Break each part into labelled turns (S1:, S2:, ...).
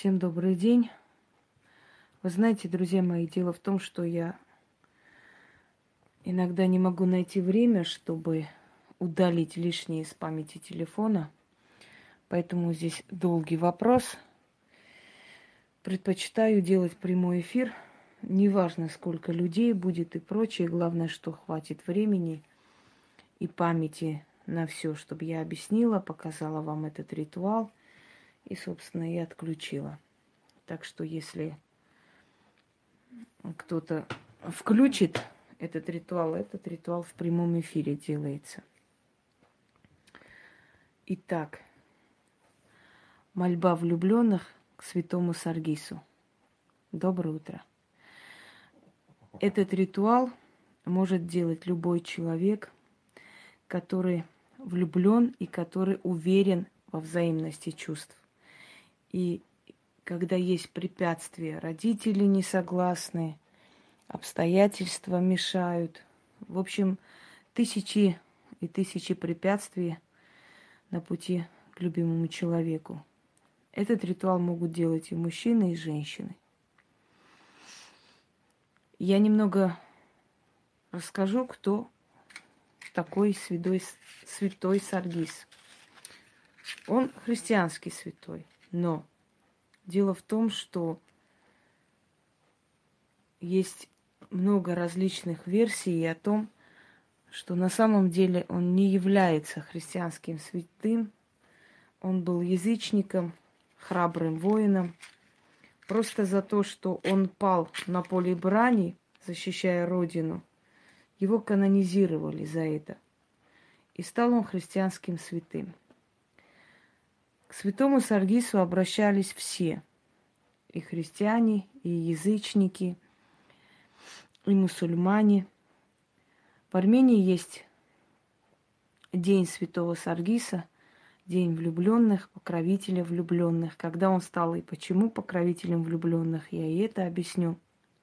S1: Всем добрый день. Вы знаете, друзья мои, дело в том, что я иногда не могу найти время, чтобы удалить лишнее из памяти телефона. Поэтому здесь долгий вопрос. Предпочитаю делать прямой эфир. Неважно, сколько людей будет и прочее. Главное, что хватит времени и памяти на все, чтобы я объяснила, показала вам этот ритуал и, собственно, и отключила. Так что если кто-то включит этот ритуал в прямом эфире делается. Итак, мольба влюбленных к святому Саргису. Доброе утро. Этот ритуал может делать любой человек, который влюблен и который уверен во взаимности чувств. И когда есть препятствия, родители не согласны, обстоятельства мешают. В общем, тысячи и тысячи препятствий на пути к любимому человеку. Этот ритуал могут делать и мужчины, и женщины. Я немного расскажу, кто такой святой Саргис. Он христианский святой, но дело в том, что есть много различных версий о том, что на самом деле он не является христианским святым. Он был язычником, храбрым воином. Просто за то, что он пал на поле брани, защищая родину, его канонизировали за это. И стал он христианским святым. К святому Саргису обращались все. И христиане, и язычники, и мусульмане. В Армении есть День святого Саргиса, День влюбленных, покровителя влюбленных. Когда он стал и почему покровителем влюбленных, я и это объясню.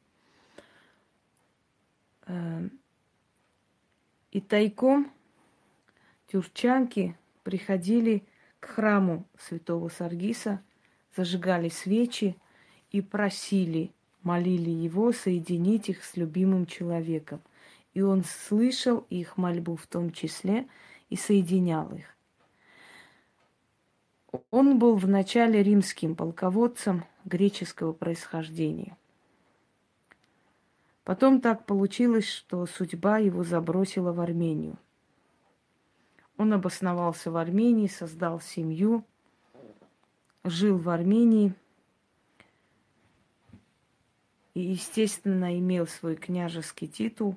S1: И тайком тюркчанки приходили к храму святого Саргиса, зажигали свечи и просили, молили его соединить их с любимым человеком. И он слышал их мольбу в том числе и соединял их. Он был вначале римским полководцем греческого происхождения. Потом так получилось, что судьба его забросила в Армению. Он обосновался в Армении, создал семью, жил в Армении и, естественно, имел свой княжеский титул.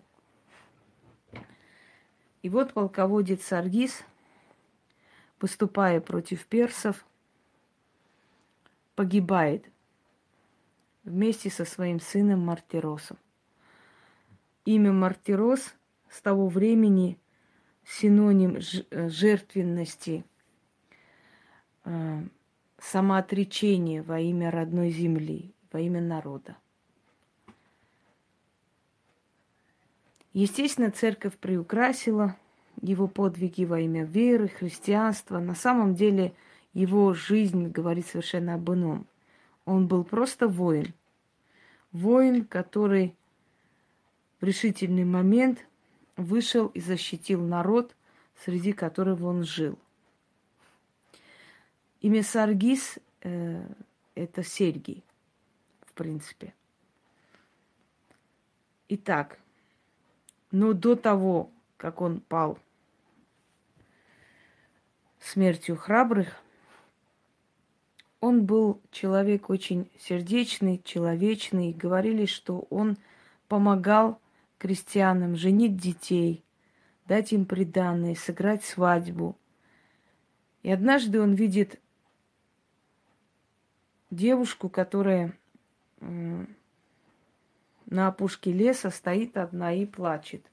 S1: И вот полководец Саргис, выступая против персов, погибает вместе со своим сыном Мартиросом. Имя Мартирос с того времени синоним жертвенности, самоотречения во имя родной земли, во имя народа. Естественно, церковь приукрасила его подвиги во имя веры, христианства. На самом деле его жизнь говорит совершенно об ином. Он был просто воин. Воин, который в решительный момент вышел и защитил народ, среди которого он жил. Имя Саргис это Сергий, в принципе. Итак, но до того, как он пал смертью храбрых, он был человек очень сердечный, человечный. Говорили, что он помогал крестьянам женить детей, дать им приданое, сыграть свадьбу. И однажды он видит девушку, которая на опушке леса стоит одна и плачет.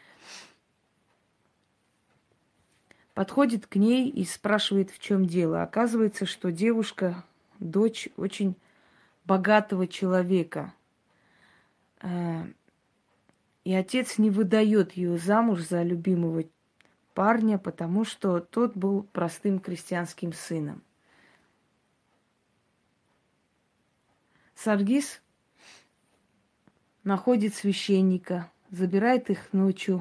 S1: Подходит к ней и спрашивает, в чем дело. Оказывается, что девушка дочь очень богатого человека. И отец не выдает ее замуж за любимого парня, потому что тот был простым крестьянским сыном. Саргис находит священника, забирает их ночью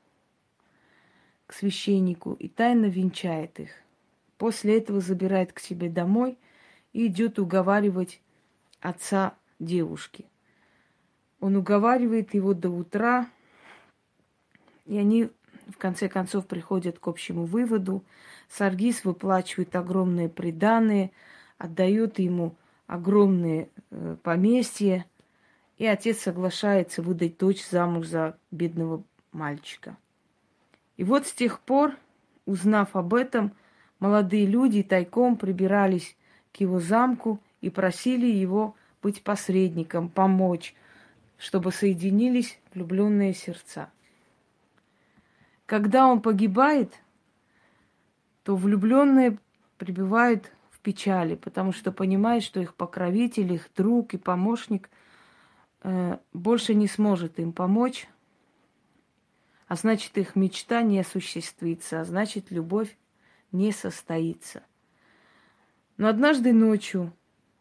S1: к священнику и тайно венчает их. После этого забирает к себе домой и идет уговаривать отца девушки. Он уговаривает его до утра, и они в конце концов приходят к общему выводу. Саргис выплачивает огромные приданые, отдает ему огромные поместья, и отец соглашается выдать дочь замуж за бедного мальчика. И вот с тех пор, узнав об этом, молодые люди тайком прибирались к его замку и просили его быть посредником, помочь, чтобы соединились влюбленные сердца. Когда он погибает, то влюбленные пребывают в печали, потому что понимают, что их покровитель, их друг и помощник больше не сможет им помочь, а значит, их мечта не осуществится, а значит, любовь не состоится. Но однажды ночью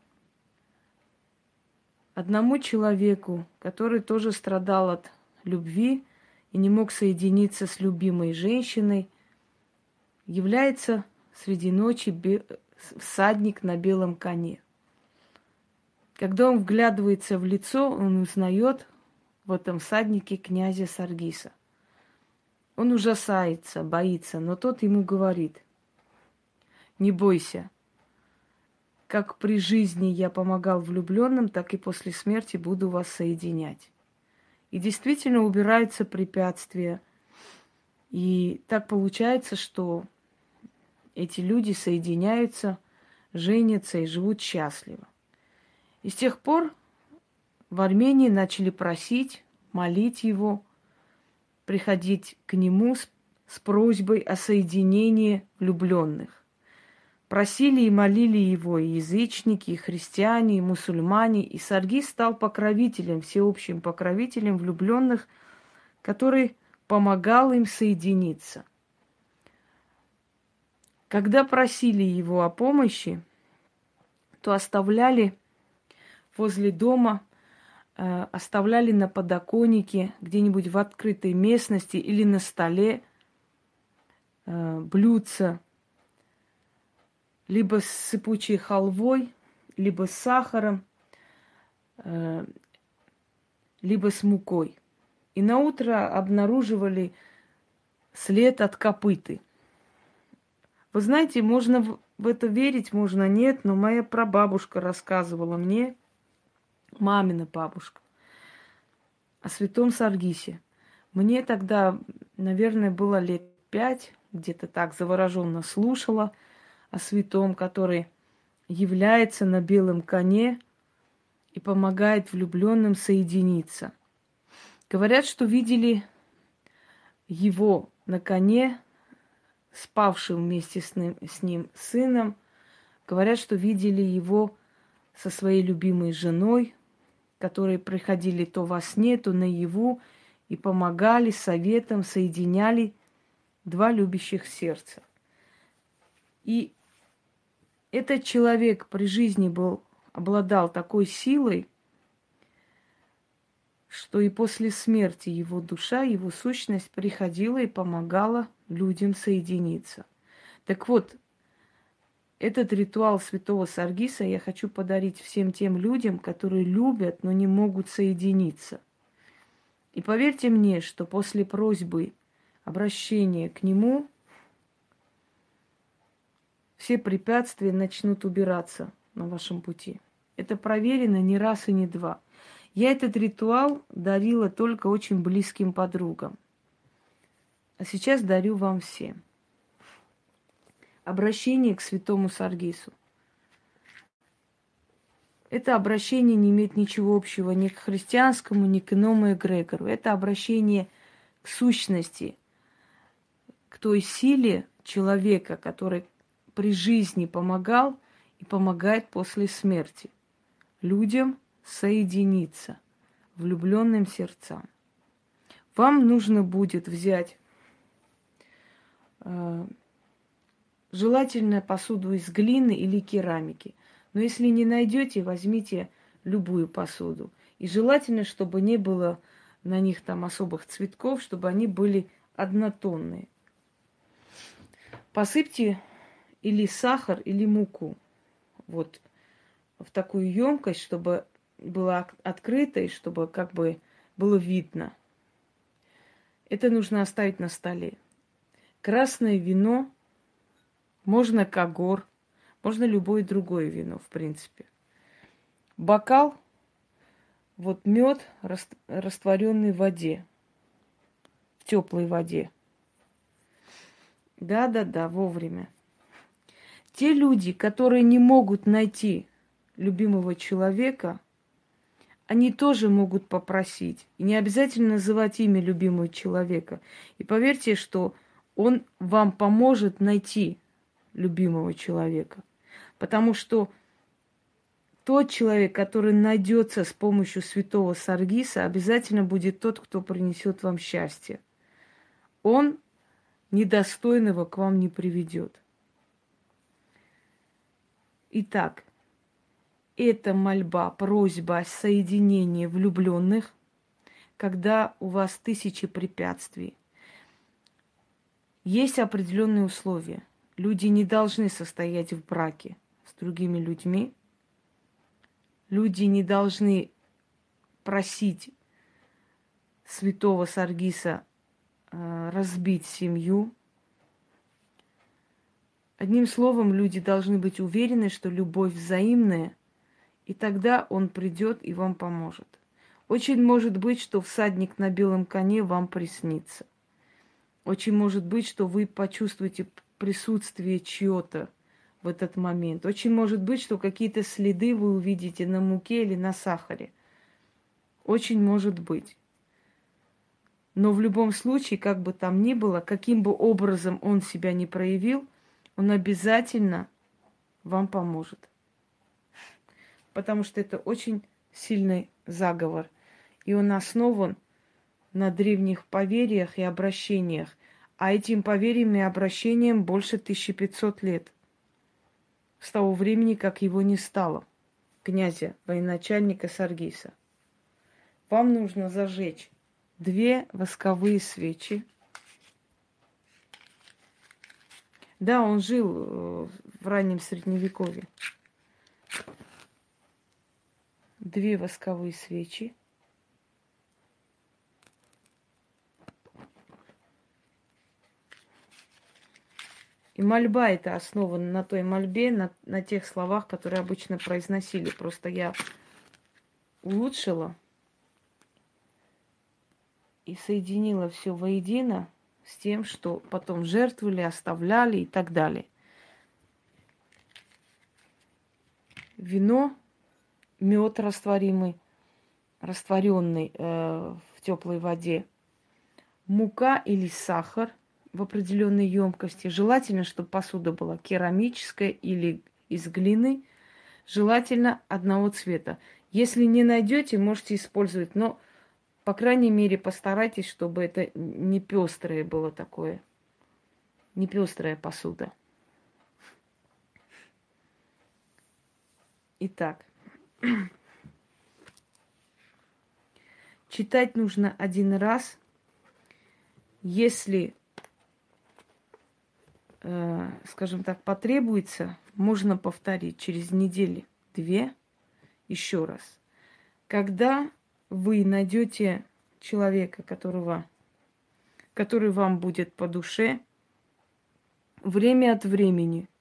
S1: одному человеку, который тоже страдал от любви и не мог соединиться с любимой женщиной, является среди ночи всадник на белом коне. Когда он вглядывается в лицо, он узнает в этом всаднике князя Саргиса. Он ужасается, боится, но тот ему говорит: «Не бойся, как при жизни я помогал влюбленным, так и после смерти буду вас соединять». И действительно убираются препятствия. И так получается, что эти люди соединяются, женятся и живут счастливо. И с тех пор в Армении начали просить, молить его, приходить к нему с просьбой о соединении влюбленных. Просили и молили его и язычники, и христиане, и мусульмане. И Саргис стал покровителем, всеобщим покровителем влюбленных, который помогал им соединиться. Когда просили его о помощи, то оставляли возле дома, оставляли на подоконнике, где-нибудь в открытой местности или на столе блюдца, либо с сыпучей халвой, либо с сахаром, либо с мукой. И наутро обнаруживали след от копыты. Вы знаете, можно в это верить, можно нет, но моя прабабушка рассказывала мне, мамина бабушка, о святом Саргисе. Мне тогда, наверное, было лет 5, где-то так завороженно слушала о святом, который является на белом коне и помогает влюбленным соединиться. Говорят, что видели его на коне, спавшим вместе с ним сыном. Говорят, что видели его со своей любимой женой, которые приходили то во сне, то наяву и помогали советом, соединяли два любящих сердца. И этот человек при жизни обладал такой силой, что и после смерти его душа, его сущность приходила и помогала людям соединиться. Так вот, этот ритуал святого Саргиса я хочу подарить всем тем людям, которые любят, но не могут соединиться. И поверьте мне, что после просьбы, обращения к нему, все препятствия начнут убираться на вашем пути. Это проверено не раз и не два. Я этот ритуал дарила только очень близким подругам. А сейчас дарю вам всем. Обращение к святому Саргису. Это обращение не имеет ничего общего ни к христианскому, ни к иному эгрегору. Это обращение к сущности, к той силе человека, который при жизни помогал и помогает после смерти людям соединиться, влюбленным сердцам. Вам нужно будет взять желательно посуду из глины или керамики. Но если не найдете, возьмите любую посуду. И желательно, чтобы не было на них там особых цветков, чтобы они были однотонные. Посыпьте или сахар, или муку. Вот в такую емкость, чтобы была открыта и чтобы как бы было видно. Это нужно оставить на столе. Красное вино, можно когор, можно любое другое вино, в принципе. Бокал, вот мед, растворенный в воде, в теплой воде. Да, вовремя. Те люди, которые не могут найти любимого человека, они тоже могут попросить. И не обязательно называть имя любимого человека. И поверьте, что он вам поможет найти любимого человека. Потому что тот человек, который найдется с помощью святого Саргиса, обязательно будет тот, кто принесет вам счастье. Он недостойного к вам не приведет. Итак, это мольба, просьба о соединении влюбленных, когда у вас тысячи препятствий. Есть определенные условия. Люди не должны состоять в браке с другими людьми. Люди не должны просить святого Саргиса разбить семью. Одним словом, люди должны быть уверены, что любовь взаимная, и тогда он придет и вам поможет. Очень может быть, что всадник на белом коне вам приснится. Очень может быть, что вы почувствуете присутствие чьё-то в этот момент. Очень может быть, что какие-то следы вы увидите на муке или на сахаре. Очень может быть. Но в любом случае, как бы там ни было, каким бы образом он себя не проявил, он обязательно вам поможет. Потому что это очень сильный заговор. И он основан на древних поверьях и обращениях. А этим поверьям и обращениям больше 1500 лет. С того времени, как его не стало, князя, военачальника Саргиса. Вам нужно зажечь 2 восковые свечи. Да, он жил в раннем Средневековье. 2 восковые свечи. И мольба эта основана на той мольбе, на тех словах, которые обычно произносили. Просто я улучшила и соединила все воедино с тем, что потом жертвовали, оставляли и так далее. Вино, мед растворенный в теплой воде, мука или сахар в определенной емкости. Желательно, чтобы посуда была керамическая или из глины. Желательно одного цвета. Если не найдете, можете использовать, но, по крайней мере, постарайтесь, чтобы это не пестрое было такое. Не пестрая посуда. Итак, читать нужно 1 раз. Если, скажем так, потребуется, можно повторить через 1-2 недели еще раз. Когда вы найдете человека, который вам будет по душе, время от времени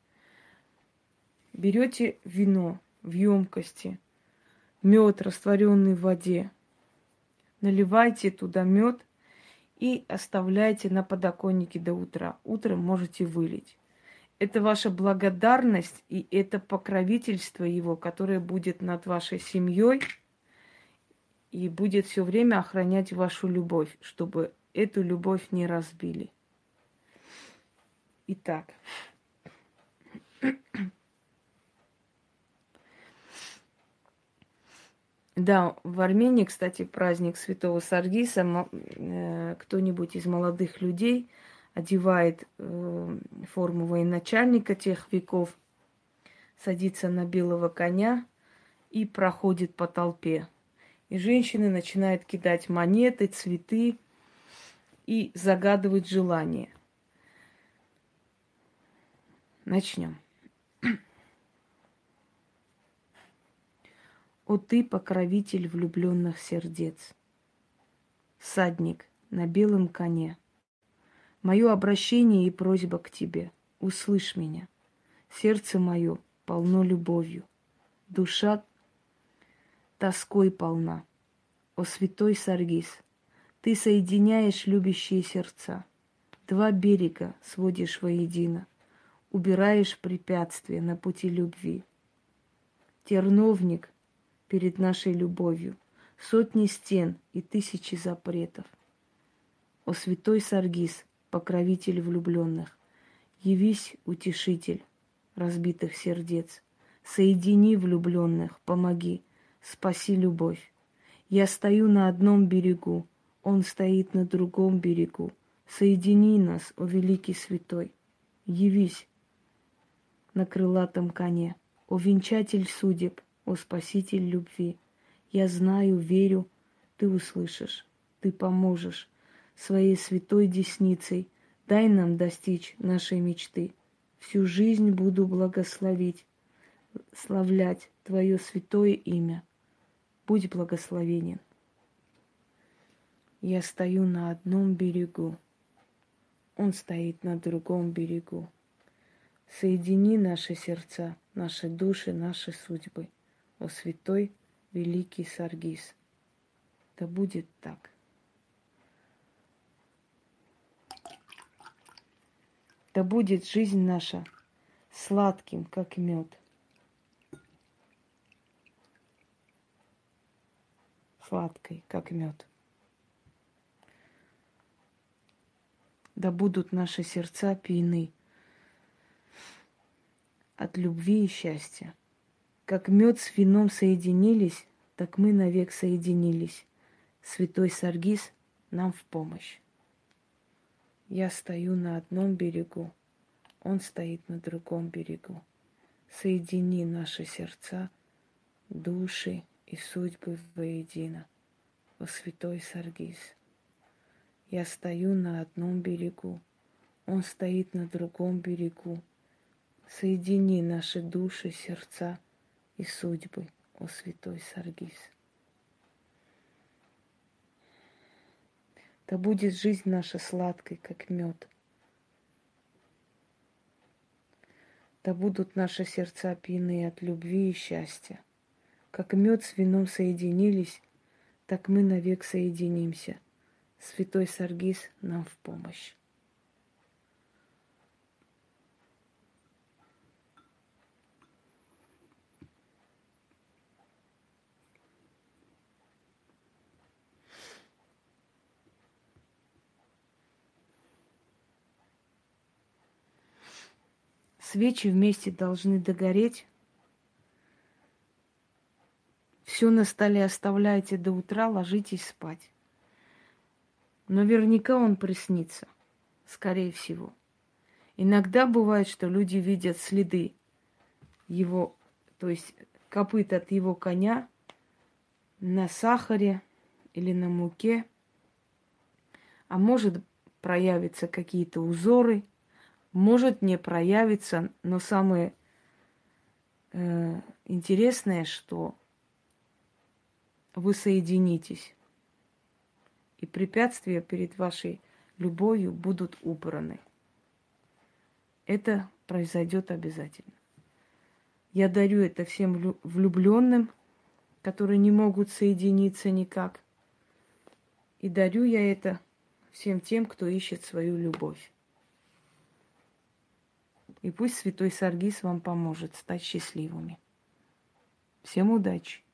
S1: берете вино в емкости, мед, растворенный в воде, наливайте туда мед и оставляйте на подоконнике до утра. Утром можете вылить. Это ваша благодарность и это покровительство его, которое будет над вашей семьей и будет все время охранять вашу любовь, чтобы эту любовь не разбили. Итак. Да, в Армении, кстати, праздник Святого Саргиса. Кто-нибудь из молодых людей одевает форму военачальника тех веков, садится на белого коня и проходит по толпе. И женщины начинают кидать монеты, цветы и загадывать желания. Начнем. О ты, покровитель влюбленных сердец, всадник на белом коне, мое обращение и просьба к тебе, услышь меня. Сердце мое полно любовью, душа тоской полна. О святой Саргис, ты соединяешь любящие сердца, два берега сводишь воедино, убираешь препятствия на пути любви. Терновник перед нашей любовью, сотни стен и тысячи запретов. О святой Саргис, покровитель влюбленных, явись, утешитель разбитых сердец, соедини влюбленных, помоги, спаси любовь. Я стою на одном берегу, он стоит на другом берегу. Соедини нас, о великий святой, явись на крылатом коне, о венчатель судеб, о спаситель любви. Я знаю, верю, ты услышишь, ты поможешь своей святой десницей. Дай нам достичь нашей мечты. Всю жизнь буду благословить, славлять Твое святое имя. Будь благословенен. Я стою на одном берегу, он стоит на другом берегу. Соедини наши сердца, наши души, наши судьбы. О святой великий Саргис. Да будет так. Да будет жизнь наша сладким, как мед. Сладкой, как мед. Да будут наши сердца пьяны от любви и счастья. Как мед с вином соединились, так мы навек соединились. Святой Саргис нам в помощь. Я стою на одном берегу, он стоит на другом берегу. Соедини наши сердца, души и судьбы воедино. О святой Саргис. Я стою на одном берегу, он стоит на другом берегу. Соедини наши души, сердца и судьбы, о святой Саргис. Да будет жизнь наша сладкой, как мед. Да будут наши сердца пьяны от любви и счастья. Как мед с вином соединились, так мы навек соединимся. Святой Саргис нам в помощь. Свечи вместе должны догореть. Все на столе оставляйте до утра, ложитесь спать. Наверняка он приснится, скорее всего. Иногда бывает, что люди видят следы его, то есть копыт от его коня на сахаре или на муке. А может проявиться какие-то узоры, может не проявиться, но самое интересное, что вы соединитесь, и препятствия перед вашей любовью будут убраны. Это произойдет обязательно. Я дарю это всем влюбленным, которые не могут соединиться никак. И дарю я это всем тем, кто ищет свою любовь. И пусть святой Саргис вам поможет стать счастливыми. Всем удачи!